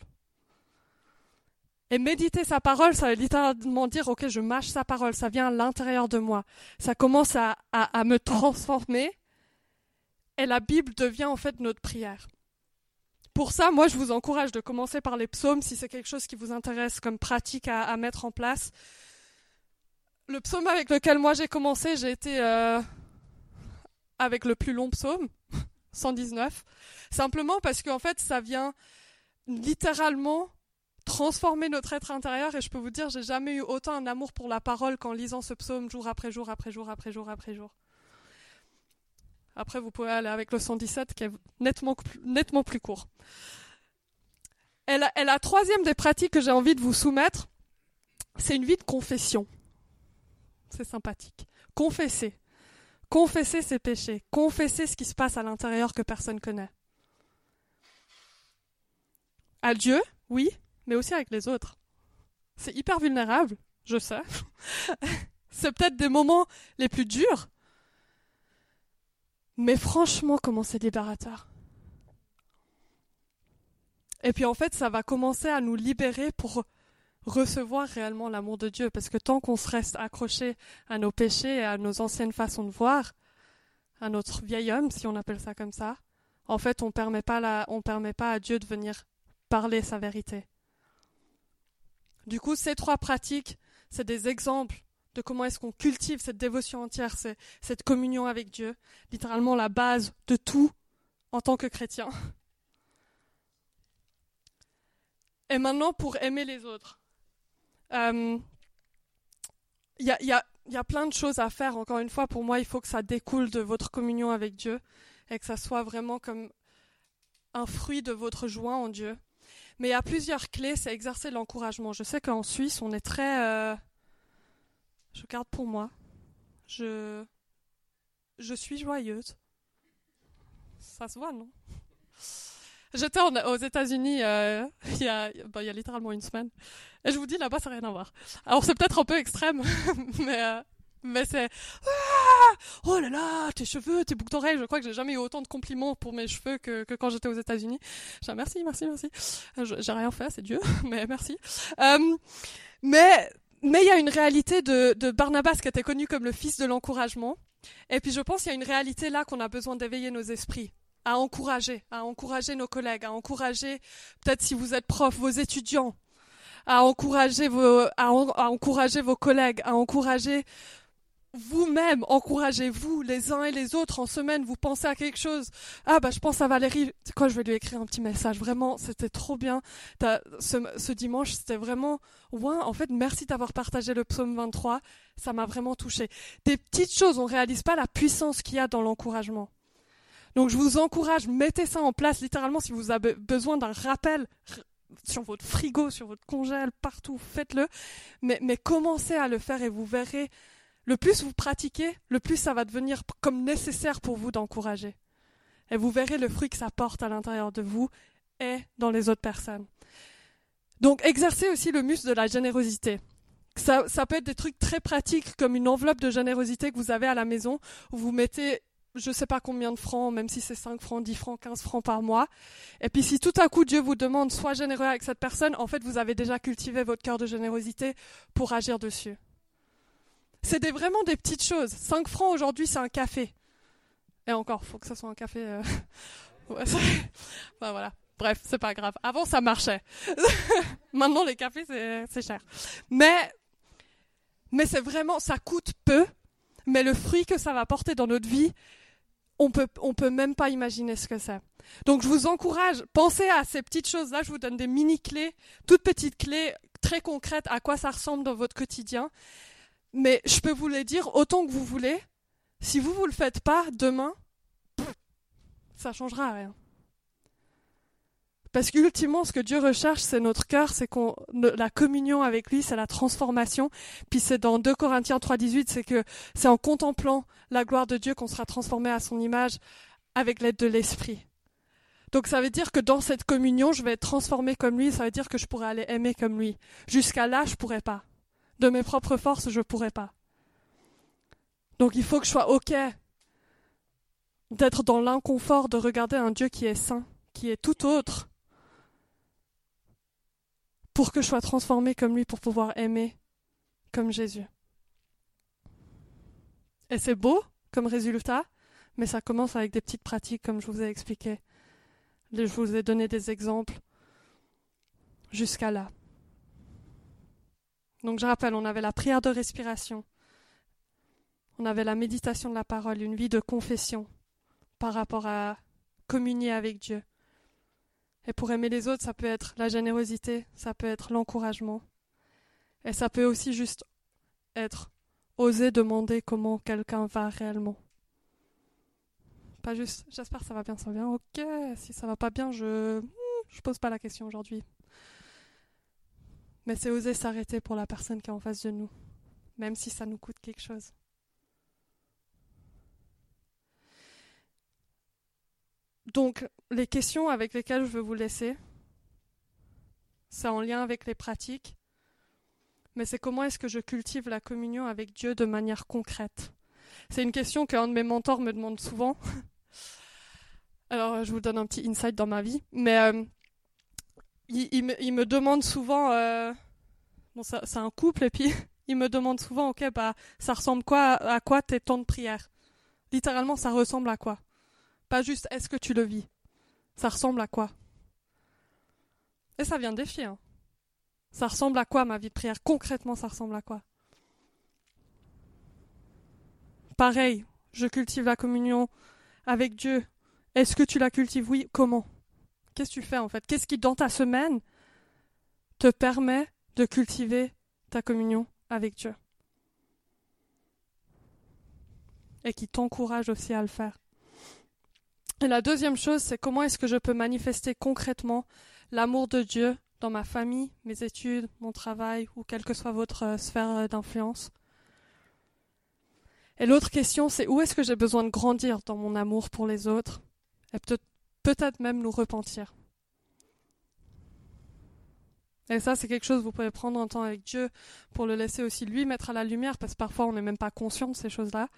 Et méditer sa parole, ça veut littéralement dire, ok, je mâche sa parole, ça vient à l'intérieur de moi. Ça commence à, à, à me transformer. Et la Bible devient en fait notre prière. Pour ça, moi, je vous encourage de commencer par les psaumes, si c'est quelque chose qui vous intéresse comme pratique à, à mettre en place. Le psaume avec lequel moi j'ai commencé, j'ai été euh, avec le plus long psaume, cent dix-neuf, simplement parce qu'en fait, ça vient littéralement transformer notre être intérieur, et je peux vous dire, j'ai jamais eu autant un amour pour la parole qu'en lisant ce psaume jour après jour, après jour, après jour, après jour. Après, vous pouvez aller avec le cent dix-sept qui est nettement, nettement plus court. Et la, et la troisième des pratiques que j'ai envie de vous soumettre, c'est une vie de confession. C'est sympathique. Confesser. Confesser ses péchés. Confesser ce qui se passe à l'intérieur que personne ne connaît. À Dieu, oui, mais aussi avec les autres. C'est hyper vulnérable, je sais. c'est peut-être des moments les plus durs, mais franchement, comment c'est libérateur. Et puis en fait, ça va commencer à nous libérer pour recevoir réellement l'amour de Dieu, parce que tant qu'on se reste accroché à nos péchés et à nos anciennes façons de voir, à notre vieil homme, si on appelle ça comme ça, en fait, on permet pas la, on permet pas à Dieu de venir parler sa vérité. Du coup, ces trois pratiques, c'est des exemples de comment est-ce qu'on cultive cette dévotion entière, c'est, cette communion avec Dieu, littéralement la base de tout en tant que chrétien. Et maintenant, pour aimer les autres. Il euh, y, a, y, a, y a plein de choses à faire. Encore une fois, pour moi, il faut que ça découle de votre communion avec Dieu et que ça soit vraiment comme un fruit de votre joie en Dieu. Mais il y a plusieurs clés, c'est exercer l'encouragement. Je sais qu'en Suisse, on est très... Euh, je garde pour moi. Je, je suis joyeuse. Ça se voit, non ? J'étais en, aux États-Unis euh, il, y a, bah, il y a littéralement une semaine. Et je vous dis, là-bas, ça n'a rien à voir. Alors, c'est peut-être un peu extrême, mais, euh, mais c'est... Ah, oh là là, tes cheveux, tes boucles d'oreilles. Je crois que j'ai jamais eu autant de compliments pour mes cheveux que, que quand j'étais aux États-Unis. J'ai dit, merci, merci, merci. Je, j'ai rien fait, c'est Dieu, mais merci. Euh, mais mais il y a une réalité de, de Barnabas qui était connu comme le fils de l'encouragement. Et puis, je pense qu'il y a une réalité là qu'on a besoin d'éveiller nos esprits. À encourager, à encourager nos collègues, à encourager, peut-être si vous êtes prof, vos étudiants, à encourager vos, à, en, à encourager vos collègues, à encourager vous-même, encouragez-vous les uns et les autres. En semaine, vous pensez à quelque chose. Ah bah je pense à Valérie. C'est quoi, je vais lui écrire un petit message. Vraiment, c'était trop bien. T'as, ce, ce dimanche, c'était vraiment... Ouais, en fait, merci d'avoir partagé le psaume vingt-trois. Ça m'a vraiment touchée. Des petites choses, on réalise pas la puissance qu'il y a dans l'encouragement. Donc je vous encourage, mettez ça en place, littéralement, si vous avez besoin d'un rappel sur votre frigo, sur votre congèle, partout, faites-le. Mais, mais commencez à le faire et vous verrez, le plus vous pratiquez, le plus ça va devenir comme nécessaire pour vous d'encourager. Et vous verrez le fruit que ça porte à l'intérieur de vous et dans les autres personnes. Donc exercez aussi le muscle de la générosité. Ça, ça peut être des trucs très pratiques, comme une enveloppe de générosité que vous avez à la maison, où vous mettez... je ne sais pas combien de francs, même si c'est cinq francs, dix francs, quinze francs par mois. Et puis si tout à coup Dieu vous demande sois généreux avec cette personne, en fait vous avez déjà cultivé votre cœur de générosité pour agir dessus. C'est des, vraiment des petites choses. cinq francs aujourd'hui c'est un café. Et encore, il faut que ça soit un café... Euh... ouais, ben voilà. Bref, c'est pas grave. Avant ça marchait. Maintenant les cafés c'est, c'est cher. Mais, mais c'est vraiment, ça coûte peu, mais le fruit que ça va porter dans notre vie, on peut, on peut même pas imaginer ce que c'est. Donc je vous encourage, pensez à ces petites choses-là, je vous donne des mini-clés, toutes petites clés très concrètes à quoi ça ressemble dans votre quotidien. Mais je peux vous les dire autant que vous voulez, si vous vous le faites pas demain, pff, ça changera rien. Parce qu'ultimement, ce que Dieu recherche, c'est notre cœur, c'est qu'on, la communion avec lui, c'est la transformation. Puis c'est dans deux Corinthiens trois dix-huit, c'est que c'est en contemplant la gloire de Dieu qu'on sera transformé à son image avec l'aide de l'Esprit. Donc ça veut dire que dans cette communion, je vais être transformé comme lui, ça veut dire que je pourrai aller aimer comme lui. Jusqu'à là, je pourrais pas. De mes propres forces, je pourrais pas. Donc il faut que je sois OK d'être dans l'inconfort de regarder un Dieu qui est saint, qui est tout autre, pour que je sois transformée comme lui, pour pouvoir aimer comme Jésus. Et c'est beau comme résultat, mais ça commence avec des petites pratiques, comme je vous ai expliqué. Je vous ai donné des exemples jusqu'à là. Donc je rappelle, on avait la prière de respiration, on avait la méditation de la parole, une vie de confession par rapport à communier avec Dieu. Et pour aimer les autres, ça peut être la générosité, ça peut être l'encouragement. Et ça peut aussi juste être oser demander comment quelqu'un va réellement. Pas juste, j'espère que ça va bien, ça va bien, ok, si ça va pas bien, je je pose pas la question aujourd'hui. Mais c'est oser s'arrêter pour la personne qui est en face de nous, même si ça nous coûte quelque chose. Donc, les questions avec lesquelles je veux vous laisser, c'est en lien avec les pratiques, mais c'est comment est-ce que je cultive la communion avec Dieu de manière concrète. C'est une question qu'un de mes mentors me demande souvent. Alors, je vous donne un petit insight dans ma vie, mais euh, il, il, me, il me demande souvent, euh, bon, ça, c'est un couple, et puis il me demande souvent, ok, bah, ça ressemble quoi à quoi tes temps de prière? Littéralement, ça ressemble à quoi? Pas juste, est-ce que tu le vis? Ça ressemble à quoi? Et ça vient de défier, hein. Ça ressemble à quoi ma vie de prière? Concrètement, ça ressemble à quoi? Pareil, je cultive la communion avec Dieu. Est-ce que tu la cultives? Oui. Comment? Qu'est-ce que tu fais en fait? Qu'est-ce qui, dans ta semaine, te permet de cultiver ta communion avec Dieu? Et qui t'encourage aussi à le faire. Et la deuxième chose, c'est comment est-ce que je peux manifester concrètement l'amour de Dieu dans ma famille, mes études, mon travail, ou quelle que soit votre euh, sphère d'influence. Et l'autre question, c'est où est-ce que j'ai besoin de grandir dans mon amour pour les autres, et peut-être, peut-être même nous repentir. Et ça, c'est quelque chose que vous pouvez prendre un temps avec Dieu pour le laisser aussi lui mettre à la lumière, parce que parfois on n'est même pas conscient de ces choses-là.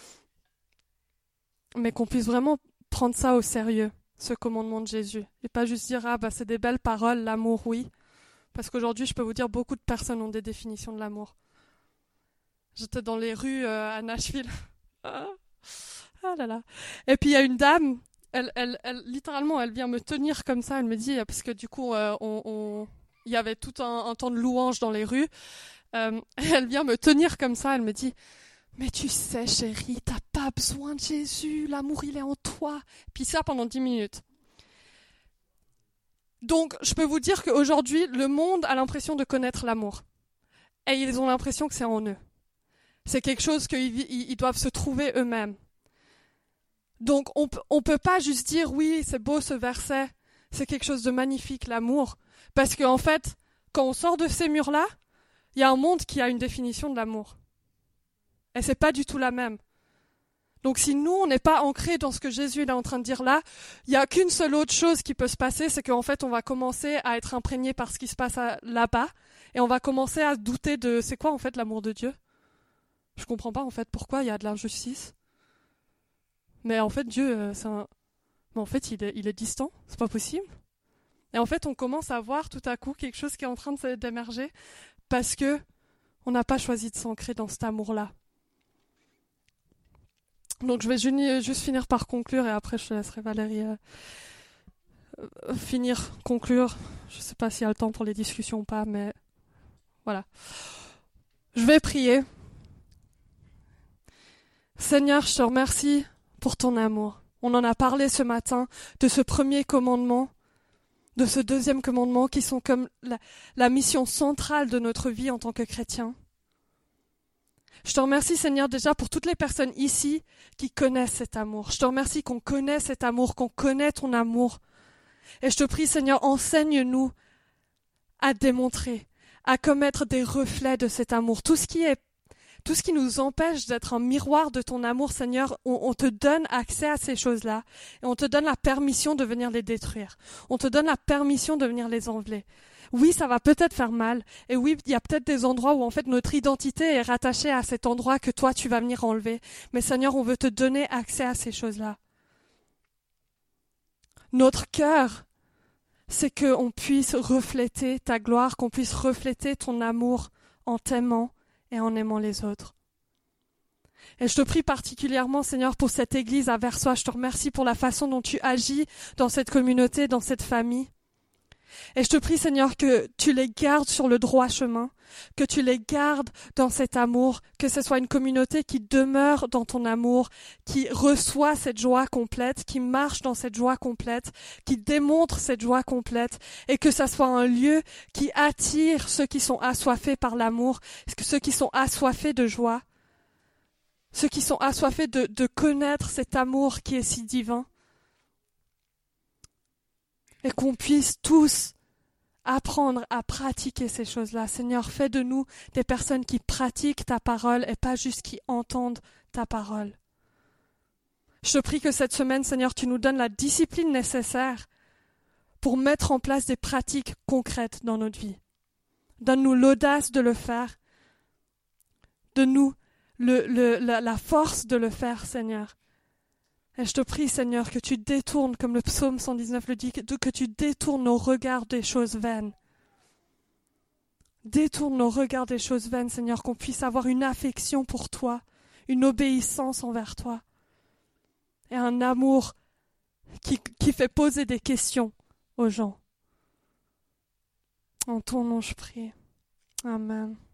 Mais qu'on puisse vraiment prendre ça au sérieux, ce commandement de Jésus. Et pas juste dire, ah bah c'est des belles paroles, l'amour, oui. Parce qu'aujourd'hui, je peux vous dire, beaucoup de personnes ont des définitions de l'amour. J'étais dans les rues euh, à Nashville. ah, ah là là. Et puis il y a une dame, elle, elle, elle, littéralement, elle vient me tenir comme ça, elle me dit, parce que du coup, euh, on... on il y avait tout un, un temps de louange dans les rues. Euh, elle vient me tenir comme ça, elle me dit « Mais tu sais, chérie, t'as pas besoin de Jésus, l'amour, il est en toi. » Puis ça pendant dix minutes. Donc, je peux vous dire qu'aujourd'hui, le monde a l'impression de connaître l'amour. Et ils ont l'impression que c'est en eux. C'est quelque chose qu'ils ils, ils doivent se trouver eux-mêmes. Donc, on ne peut pas juste dire « Oui, c'est beau ce verset, c'est quelque chose de magnifique, l'amour. » Parce qu'en fait, quand on sort de ces murs-là, il y a un monde qui a une définition de l'amour. Et c'est pas du tout la même. Donc si nous, on n'est pas ancrés dans ce que Jésus est en train de dire là, il n'y a qu'une seule autre chose qui peut se passer, c'est qu'en fait, on va commencer à être imprégné par ce qui se passe à, là-bas, et on va commencer à douter de c'est quoi en fait l'amour de Dieu? Je comprends pas en fait pourquoi il y a de l'injustice. Mais en fait, Dieu, euh, c'est un... Mais en fait, il est, il est distant, c'est pas possible. Et en fait, on commence à voir tout à coup quelque chose qui est en train de, d'émerger parce que on n'a pas choisi de s'ancrer dans cet amour-là. Donc je vais juste finir par conclure et après je te laisserai Valérie euh, euh, finir, conclure. Je ne sais pas s'il y a le temps pour les discussions ou pas, mais voilà. Je vais prier. Seigneur, je te remercie pour ton amour. On en a parlé ce matin de ce premier commandement, de ce deuxième commandement qui sont comme la, la mission centrale de notre vie en tant que chrétiens. Je te remercie Seigneur déjà pour toutes les personnes ici qui connaissent cet amour. Je te remercie qu'on connaît cet amour, qu'on connaît ton amour. Et je te prie Seigneur, enseigne-nous à démontrer, à commettre des reflets de cet amour. Tout ce qui est Tout ce qui nous empêche d'être un miroir de ton amour, Seigneur, on, on te donne accès à ces choses-là et on te donne la permission de venir les détruire. On te donne la permission de venir les enlever. Oui, ça va peut-être faire mal et oui, il y a peut-être des endroits où en fait notre identité est rattachée à cet endroit que toi tu vas venir enlever. Mais Seigneur, on veut te donner accès à ces choses-là. Notre cœur, c'est qu'on puisse refléter ta gloire, qu'on puisse refléter ton amour en t'aimant et en aimant les autres. Et je te prie particulièrement, Seigneur, pour cette église à Versoix. Je te remercie pour la façon dont tu agis dans cette communauté, dans cette famille. Et je te prie, Seigneur, que tu les gardes sur le droit chemin, que tu les gardes dans cet amour, que ce soit une communauté qui demeure dans ton amour, qui reçoit cette joie complète, qui marche dans cette joie complète, qui démontre cette joie complète, et que ça soit un lieu qui attire ceux qui sont assoiffés par l'amour, ceux qui sont assoiffés de joie, ceux qui sont assoiffés de, de connaître cet amour qui est si divin. Et qu'on puisse tous apprendre à pratiquer ces choses-là. Seigneur, fais de nous des personnes qui pratiquent ta parole et pas juste qui entendent ta parole. Je te prie que cette semaine, Seigneur, tu nous donnes la discipline nécessaire pour mettre en place des pratiques concrètes dans notre vie. Donne-nous l'audace de le faire. Donne-nous le, le, la, la force de le faire, Seigneur. Et je te prie, Seigneur, que tu détournes, comme le psaume cent dix-neuf le dit, que, que tu détournes nos regards des choses vaines. Détourne nos regards des choses vaines, Seigneur, qu'on puisse avoir une affection pour toi, une obéissance envers toi, et un amour qui, qui fait poser des questions aux gens. En ton nom, je prie. Amen.